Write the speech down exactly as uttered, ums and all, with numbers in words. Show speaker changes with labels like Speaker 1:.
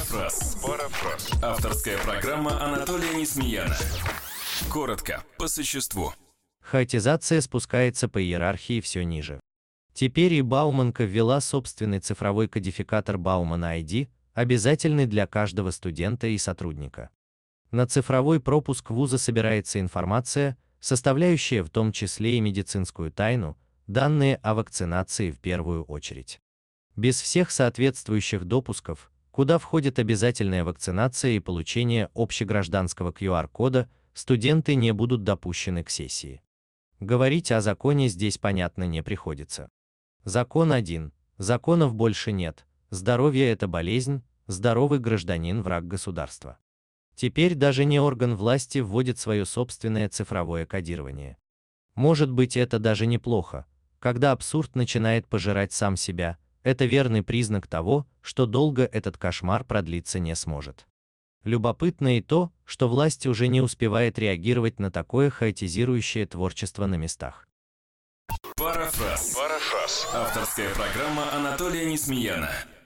Speaker 1: Парафраз. Парафраз. Авторская программа Анатолия Несмеяна. Коротко, по существу.
Speaker 2: Хаотизация спускается по иерархии все ниже. Теперь и Бауманка ввела собственный цифровой кодификатор Bauman ай ди, обязательный для каждого студента и сотрудника. На цифровой пропуск вуза собирается информация, составляющая в том числе и медицинскую тайну, данные о вакцинации в первую очередь. Без всех соответствующих допусков, куда входит обязательная вакцинация и получение общегражданского ку ар-кода, студенты не будут допущены к сессии. Говорить о законе здесь понятно не приходится. Закон один. Законов больше нет. Здоровье – это болезнь, здоровый гражданин – враг государства. Теперь даже не орган власти вводит свое собственное цифровое кодирование. Может быть, это даже неплохо. Когда абсурд начинает пожирать сам себя, это верный признак того, что долго этот кошмар продлиться не сможет. Любопытно и то, что власть уже не успевает реагировать на такое хаотизирующее творчество на местах.
Speaker 1: Парафраз. Парафраз. Авторская программа Анатолия Несмеяна.